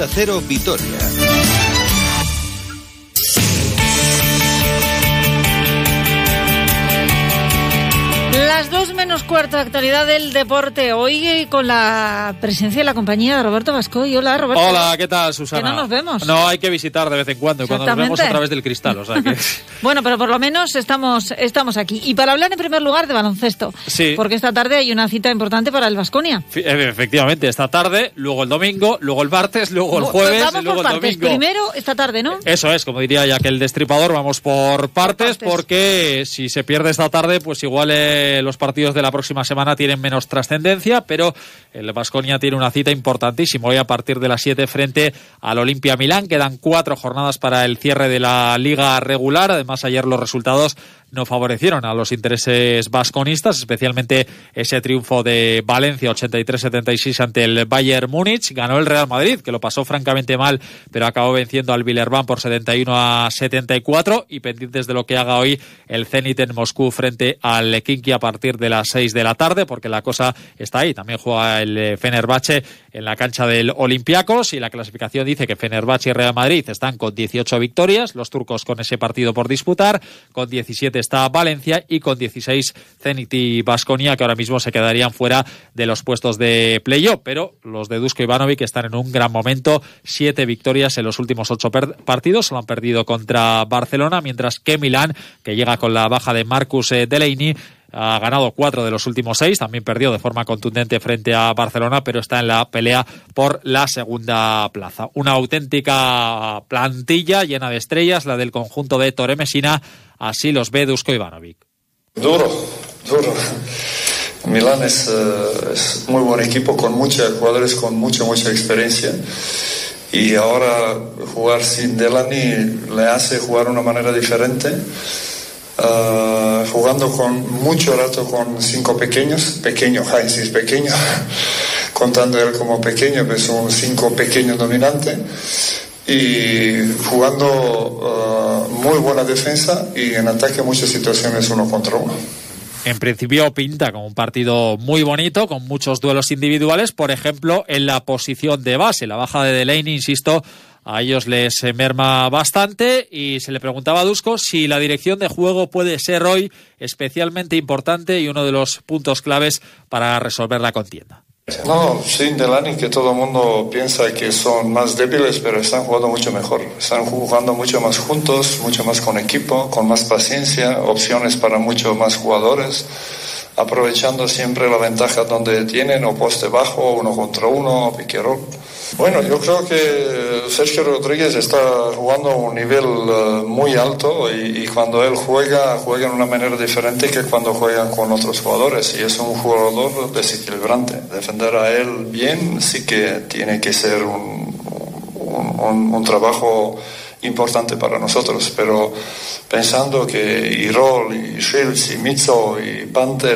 Onda Cero Vitoria. Las 2 menos cuarto, actualidad del deporte. Hoy con la presencia y la compañía de Roberto Bascoy. Hola, Roberto. Hola, ¿qué tal, Susana? Que no nos vemos. No, hay que visitar de vez en cuando, y cuando nos vemos a través del cristal. O sea que... Bueno, pero por lo menos estamos aquí. Y para hablar en primer lugar de baloncesto. Sí. Porque esta tarde hay una cita importante para el Baskonia. Efectivamente, esta tarde, luego el domingo, luego el martes, luego el jueves y luego el domingo. Primero esta tarde, ¿no? Eso es, como diría ya que el destripador, vamos por partes, porque si se pierde esta tarde, pues igual los partidos de la próxima semana tienen menos trascendencia, pero el Baskonia tiene una cita importantísima hoy a partir de las 7 frente al Olimpia Milán. Quedan 4 jornadas para el cierre de la liga regular. Además, ayer los resultados no favorecieron a los intereses vasconistas, especialmente ese triunfo de Valencia 83-76 ante el Bayern Múnich. Ganó el Real Madrid, que lo pasó francamente mal, pero acabó venciendo al Villeurbanne por 71-74, y pendientes de lo que haga hoy el Zenit en Moscú frente al Khimki a partir de las 6 de la tarde, porque la cosa está ahí. También juega el Fenerbahce en la cancha del Olympiacos, y la clasificación dice que Fenerbahce y Real Madrid están con 18 victorias, los turcos con ese partido por disputar, con 17 está Valencia y con 16 Zenit y Baskonia, que ahora mismo se quedarían fuera de los puestos de playoff, pero los de Dusko Ivanovic están en un gran momento, 7 victorias en los últimos 8 partidos, solo han perdido contra Barcelona, mientras que Milán, que llega con la baja de Marcus Delaney, ha ganado 4 de los últimos 6, también perdió de forma contundente frente a Barcelona, pero está en la pelea por la segunda plaza. Una auténtica plantilla llena de estrellas, la del conjunto de Ettore Messina, así los ve Dusko Ivanovic. Duro. Milán es muy buen equipo, con muchos jugadores con mucha experiencia. Y ahora jugar sin Delaney le hace jugar de una manera diferente. Jugando con mucho rato con 5 pequeños, Heinz es pequeño, contando él como pequeño, pero son 5 pequeños dominantes, y jugando muy buena defensa y en ataque muchas situaciones 1 contra 1. En principio pinta como un partido muy bonito, con muchos duelos individuales, por ejemplo, en la posición de base. La baja de Delaney, insisto, a ellos les merma bastante, y se le preguntaba a Dusko si la dirección de juego puede ser hoy especialmente importante y uno de los puntos claves para resolver la contienda. No, sin Delaney, que todo el mundo piensa que son más débiles, pero están jugando mucho mejor. Están jugando mucho más juntos, mucho más con equipo, con más paciencia, opciones para muchos más jugadores, aprovechando siempre la ventaja donde tienen, o poste bajo, 1 contra 1, o pick and roll. Bueno, yo creo que Sergio Rodríguez está jugando a un nivel muy alto, y cuando él juega de una manera diferente que cuando juegan con otros jugadores, y es un jugador desequilibrante. Defender a él bien sí que tiene que ser un trabajo importante para nosotros, pero pensando que Irol y Shields y Mitzo y Panther,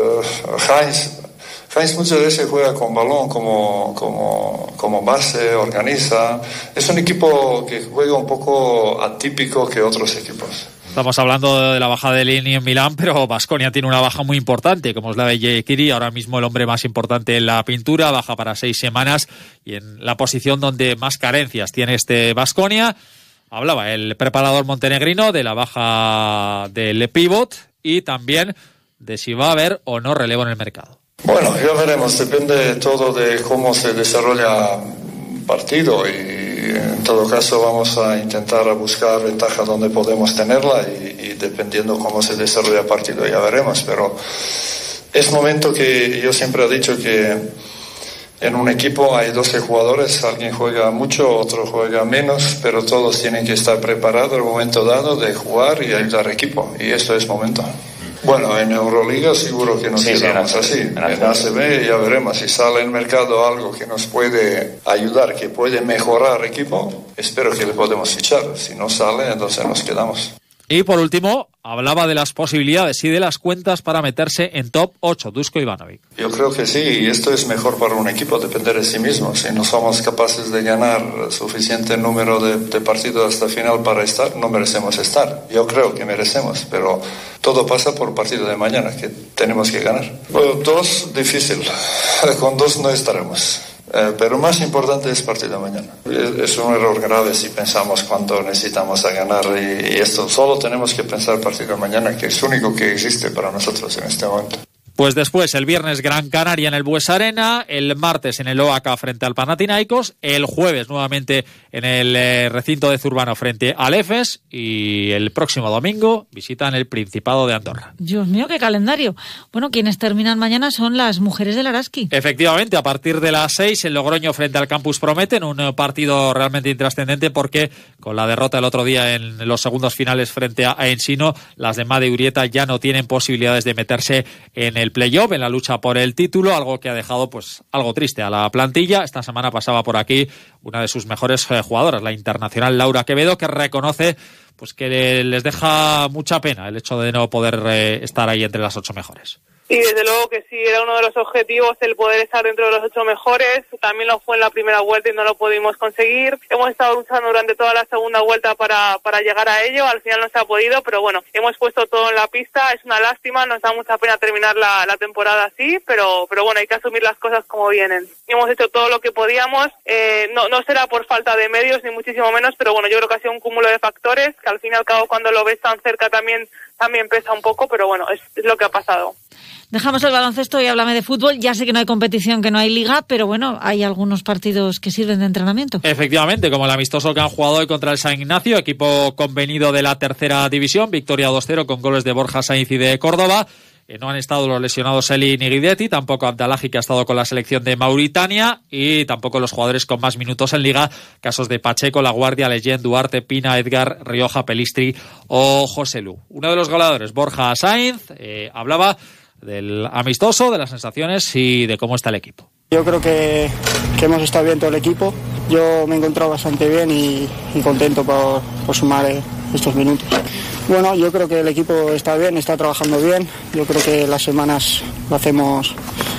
Heinz muchas veces juega con balón como base, organiza. Es un equipo que juega un poco atípico que otros equipos. Estamos hablando de la baja de Delaney en Milán, pero Baskonia tiene una baja muy importante, como es la de Jekiri, ahora mismo el hombre más importante en la pintura, baja para 6 semanas, y en la posición donde más carencias tiene este Baskonia. Hablaba el preparador montenegrino de la baja del pívot y también de si va a haber o no relevo en el mercado. Bueno, ya veremos, depende todo de cómo se desarrolla el partido, y en todo caso vamos a intentar buscar ventaja donde podemos tenerla, y dependiendo cómo se desarrolla el partido ya veremos, pero es momento que yo siempre he dicho que en un equipo hay 12 jugadores, alguien juega mucho, otro juega menos, pero todos tienen que estar preparados al momento dado de jugar y ayudar al equipo, y esto es momento. Bueno, en Euroliga seguro que nos quedamos así. En ACB ya veremos si sale en el mercado algo que nos puede ayudar, que puede mejorar el equipo. Espero que le podemos fichar. Si no sale, entonces nos quedamos. Y por último, hablaba de las posibilidades y de las cuentas para meterse en top 8, Dusko Ivanovic. Yo creo que sí, y esto es mejor para un equipo, depender de sí mismo. Si no somos capaces de ganar suficiente número de partidos hasta el final para estar, no merecemos estar. Yo creo que merecemos, pero todo pasa por el partido de mañana, que tenemos que ganar. Bueno, 2, difícil. Con 2 no estaremos. Pero más importante es partido de mañana. Es un error grave si pensamos cuánto necesitamos a ganar y esto solo tenemos que pensar partido de mañana, que es único que existe para nosotros en este momento. Pues después, el viernes Gran Canaria en el Bues Arena, el martes en el OAK frente al Panathinaikos, el jueves nuevamente en el recinto de Zurbano frente al Efes y el próximo domingo visitan el Principado de Andorra. Dios mío, qué calendario. Bueno, quienes terminan mañana son las mujeres del Araski. Efectivamente, a partir de las 6 el Logroño frente al Campus Prometen, un partido realmente intrascendente porque con la derrota el otro día en los segundos finales frente a Ensino, las de Made Urieta ya no tienen posibilidades de meterse en el playoff, en la lucha por el título, algo que ha dejado pues algo triste a la plantilla. Esta semana pasaba por aquí una de sus mejores jugadoras, la internacional Laura Quevedo, que reconoce pues que les deja mucha pena el hecho de no poder estar ahí entre las 8 mejores. Y desde luego que sí, era uno de los objetivos el poder estar dentro de los 8 mejores. También lo fue en la primera vuelta y no lo pudimos conseguir. Hemos estado luchando durante toda la segunda vuelta para llegar a ello. Al final no se ha podido, pero bueno, hemos puesto todo en la pista. Es una lástima, nos da mucha pena terminar la temporada así, pero bueno, hay que asumir las cosas como vienen. Hemos hecho todo lo que podíamos. No será por falta de medios, ni muchísimo menos, pero bueno, yo creo que ha sido un cúmulo de factores, que al fin y al cabo cuando lo ves tan cerca también pesa un poco, pero bueno, es lo que ha pasado. Dejamos el baloncesto y háblame de fútbol. Ya sé que no hay competición, que no hay liga, pero bueno, hay algunos partidos que sirven de entrenamiento. Efectivamente, como el amistoso que han jugado hoy contra el San Ignacio, equipo convenido de la tercera división, victoria 2-0 con goles de Borja Sainz y de Córdoba. No han estado los lesionados Eli ni Guidetti, tampoco Abdallahi, que ha estado con la selección de Mauritania, y tampoco los jugadores con más minutos en liga, casos de Pacheco, La Guardia, Leyen, Duarte, Pina, Edgar, Rioja, Pelistri o José Lu. Uno de los goleadores, Borja Sainz, hablaba del amistoso, de las sensaciones y de cómo está el equipo. Yo creo que hemos estado bien todo el equipo. Yo me he encontrado bastante bien y contento por sumar estos minutos. Bueno, yo creo que el equipo está bien, está trabajando bien. Yo creo que las semanas hacemos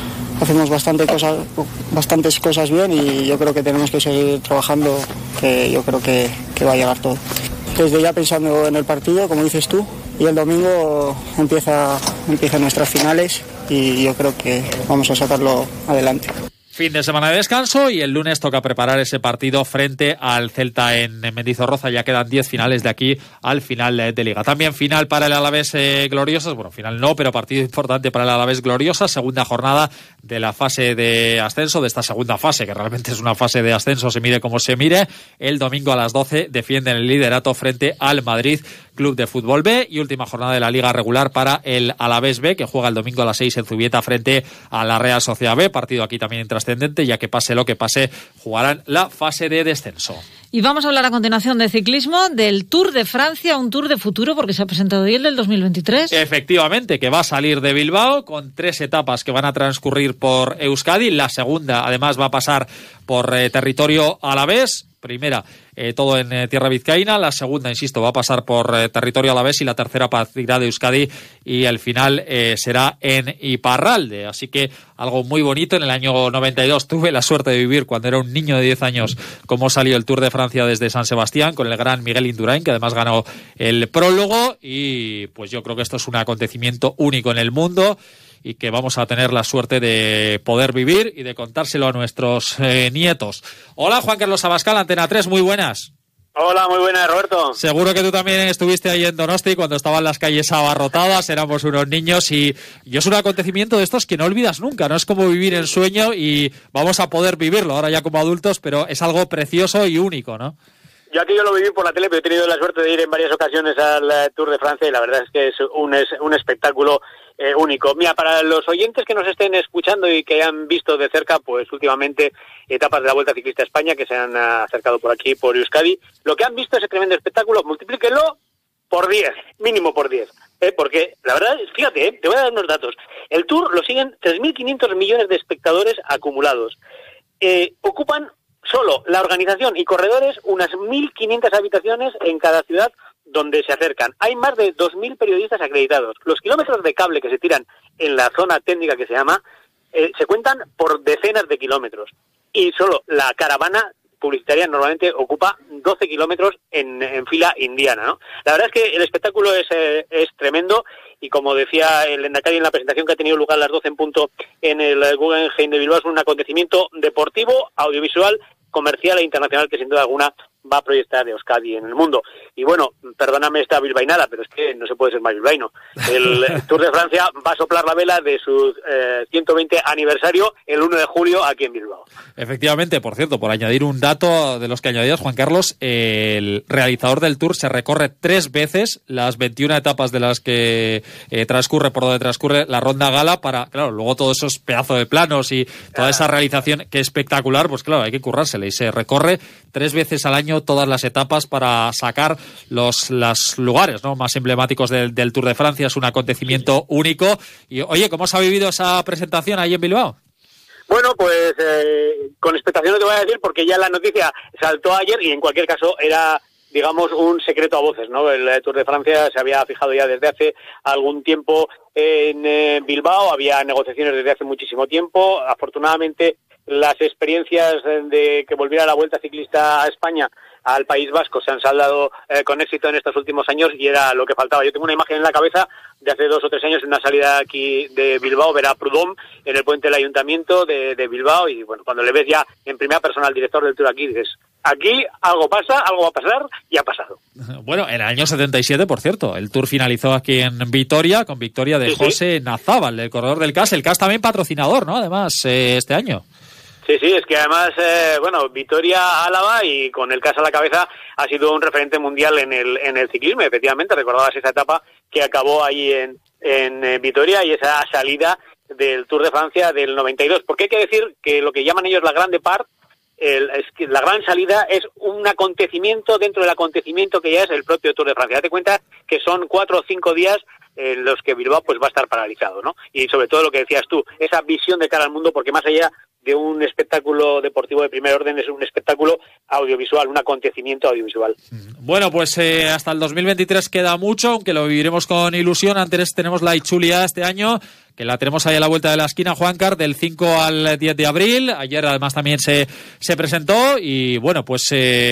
bastantes cosas bien y yo creo que tenemos que seguir trabajando, que yo creo que va a llegar todo. Desde ya pensando en el partido, como dices tú, y el domingo empiezan nuestras finales y yo creo que vamos a sacarlo adelante. Fin de semana de descanso y el lunes toca preparar ese partido frente al Celta en Mendizorroza. Ya quedan 10 finales de aquí al final de Liga. También final para el Alavés Gloriosas. Bueno, final no, pero partido importante para el Alavés Gloriosas. Segunda jornada de la fase de ascenso, de esta segunda fase, que realmente es una fase de ascenso, se mire como se mire. El domingo a las 12 defienden el liderato frente al Madrid Club de Fútbol B. Y última jornada de la Liga regular para el Alavés B, que juega el domingo a las 6 en Zubieta frente a la Real Sociedad B. Partido aquí también intrascendente, ya que pase lo que pase, jugarán la fase de descenso. Y vamos a hablar a continuación de ciclismo, del Tour de Francia, un Tour de futuro, porque se ha presentado hoy el del 2023. Efectivamente, que va a salir de Bilbao con 3 etapas que van a transcurrir por Euskadi. La segunda, además, va a pasar por territorio alavés. Primera, todo en tierra vizcaína. La segunda, insisto, va a pasar por territorio alavés y la tercera partirá de Euskadi y el final será en Iparralde. Así que algo muy bonito. En el año 92 tuve la suerte de vivir cuando era un niño de 10 años cómo salió el Tour de Francia desde San Sebastián con el gran Miguel Indurain, que además ganó el prólogo, y pues yo creo que esto es un acontecimiento único en el mundo y que vamos a tener la suerte de poder vivir y de contárselo a nuestros nietos. Hola, Juan Carlos Abascal, Antena 3, muy buenas. Hola, muy buenas, Roberto. Seguro que tú también estuviste ahí en Donosti cuando estaban las calles abarrotadas, éramos unos niños y es un acontecimiento de estos que no olvidas nunca, no es como vivir en sueño y vamos a poder vivirlo ahora ya como adultos, pero es algo precioso y único, ¿no? Yo aquello lo viví por la tele, pero he tenido la suerte de ir en varias ocasiones al Tour de Francia y la verdad es que es un espectáculo único. Mira, para los oyentes que nos estén escuchando y que hayan visto de cerca, pues últimamente etapas de la Vuelta Ciclista a España que se han acercado por aquí, por Euskadi, lo que han visto ese tremendo espectáculo, multiplíquenlo por 10, mínimo por 10. Porque la verdad, fíjate, te voy a dar unos datos. El Tour lo siguen 3.500 millones de espectadores acumulados. Ocupan solo la organización y corredores unas 1.500 habitaciones en cada ciudad donde se acercan. Hay más de 2.000 periodistas acreditados. Los kilómetros de cable que se tiran en la zona técnica que se llama se cuentan por decenas de kilómetros. Y solo la caravana publicitaria normalmente ocupa 12 kilómetros en fila indiana, ¿no? La verdad es que el espectáculo es tremendo, y como decía el Endacari en la presentación que ha tenido lugar a las 12 en punto en el Guggenheim de Bilbao, es un acontecimiento deportivo, audiovisual, comercial e internacional que sin duda alguna va a proyectar Euskadi en el mundo. Y bueno, perdóname esta bilbainada, pero es que no se puede ser más bilbaíno. El Tour de Francia va a soplar la vela de su 120 aniversario el 1 de julio aquí en Bilbao. Efectivamente, por cierto, por añadir un dato de los que añadías, Juan Carlos, el realizador del Tour se recorre 3 veces las 21 etapas de las que transcurre, por donde transcurre la Ronda Gala, para, claro, luego todos esos pedazos de planos y toda esa realización que es espectacular, pues claro, hay que currársela, y se recorre 3 veces al año todas las etapas para sacar los lugares, ¿no?, más emblemáticos del Tour de Francia. Es un acontecimiento único. Y oye, ¿cómo se ha vivido esa presentación ahí en Bilbao? Bueno, pues con expectación no te voy a decir, porque ya la noticia saltó ayer y en cualquier caso era, digamos, un secreto a voces, ¿no? El Tour de Francia se había fijado ya desde hace algún tiempo en Bilbao, había negociaciones desde hace muchísimo tiempo. Afortunadamente, las experiencias de que volviera la Vuelta Ciclista a España, al País Vasco, se han saldado con éxito en estos últimos años, y era lo que faltaba. Yo tengo una imagen en la cabeza de hace 2 o 3 años en una salida aquí de Bilbao, ver a Prudhomme en el puente del Ayuntamiento de Bilbao, y bueno, cuando le ves ya en primera persona al director del Tour aquí, dices, aquí algo pasa, algo va a pasar, y ha pasado. Bueno, en el año 77, por cierto, el Tour finalizó aquí en Vitoria, con victoria de José Nazábal, el corredor del CAS. El CAS también patrocinador, ¿no?, además, este año. Sí, es que además, Vitoria, Álava, y con el CAS a la cabeza, ha sido un referente mundial en el ciclismo. Efectivamente, recordabas esa etapa que acabó ahí en Vitoria, y esa salida del Tour de Francia del 92. Porque hay que decir que lo que llaman ellos la Grande Part, es que la gran salida es un acontecimiento dentro del acontecimiento que ya es el propio Tour de Francia. Date cuenta que son 4 o 5 días en los que Bilbao pues va a estar paralizado, ¿no? Y sobre todo lo que decías tú, esa visión de cara al mundo, porque más allá de un espectáculo deportivo de primer orden, es un espectáculo audiovisual, un acontecimiento audiovisual. Bueno, pues hasta el 2023 queda mucho, aunque lo viviremos con ilusión. Antes tenemos la Itzulia este año, que la tenemos ahí a la vuelta de la esquina, Juancar, del 5 al 10 de abril. Ayer además también se presentó, y bueno, pues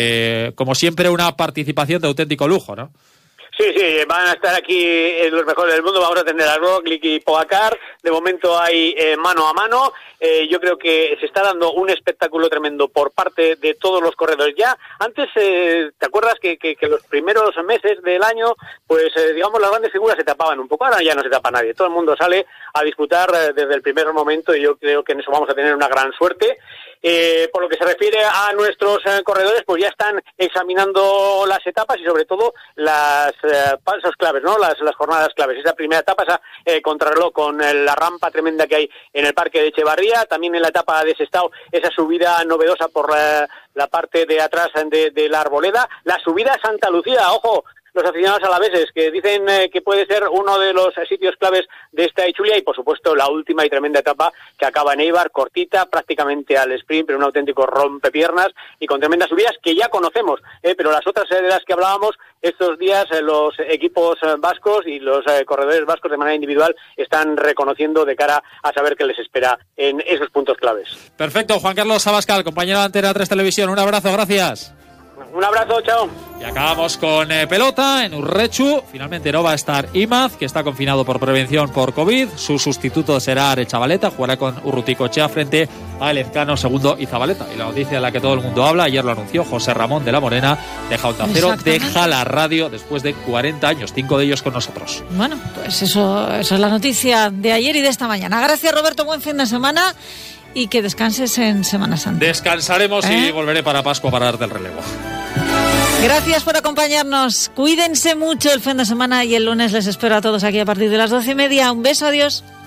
como siempre, una participación de auténtico lujo, ¿no? Sí, van a estar aquí los mejores del mundo. Vamos a tener a Roglic y Pogacar. De momento hay mano a mano. Yo creo que se está dando un espectáculo tremendo por parte de todos los corredores. Ya antes, ¿te acuerdas que los primeros meses del año, pues digamos, las grandes figuras se tapaban un poco? Ahora ya no se tapa nadie. Todo el mundo sale a disfrutar desde el primer momento, y yo creo que en eso vamos a tener una gran suerte. Por lo que se refiere a nuestros corredores, pues ya están examinando las etapas y sobre todo las pasos claves, ¿no? Las jornadas claves. Esa primera etapa, esa contrarreloj con la rampa tremenda que hay en el Parque de Echevarría, también en la etapa de Sestao, esa subida novedosa por la parte de atrás de la Arboleda, la subida a Santa Lucía, ojo, los aficionados alaveses, que dicen que puede ser uno de los sitios claves de esta Itzulia, y por supuesto la última y tremenda etapa que acaba en Eibar, cortita, prácticamente al sprint, pero un auténtico rompepiernas y con tremendas subidas que ya conocemos, pero las otras de las que hablábamos estos días, los equipos vascos y los corredores vascos de manera individual están reconociendo de cara a saber qué les espera en esos puntos claves. Perfecto, Juan Carlos Abascal, compañero de Antena 3 Televisión, un abrazo, gracias. Un abrazo, chao. Y acabamos con pelota en Urrechu. Finalmente no va a estar Imaz, que está confinado por prevención por COVID. Su sustituto será Arechavaleta, jugará con Urruticochea frente a Elezcano, segundo y Zabaleta. Y la noticia de la que todo el mundo habla, ayer lo anunció José Ramón de la Morena, deja Onda Cero, deja la radio después de 40 años, 5 de ellos con nosotros. Bueno, pues eso es la noticia de ayer y de esta mañana. Gracias, Roberto, buen fin de semana. Y que descanses en Semana Santa. Descansaremos y volveré para Pascua para darte el relevo. Gracias por acompañarnos. Cuídense mucho el fin de semana, y el lunes les espero a todos aquí a partir de las 12:30. Un beso, adiós.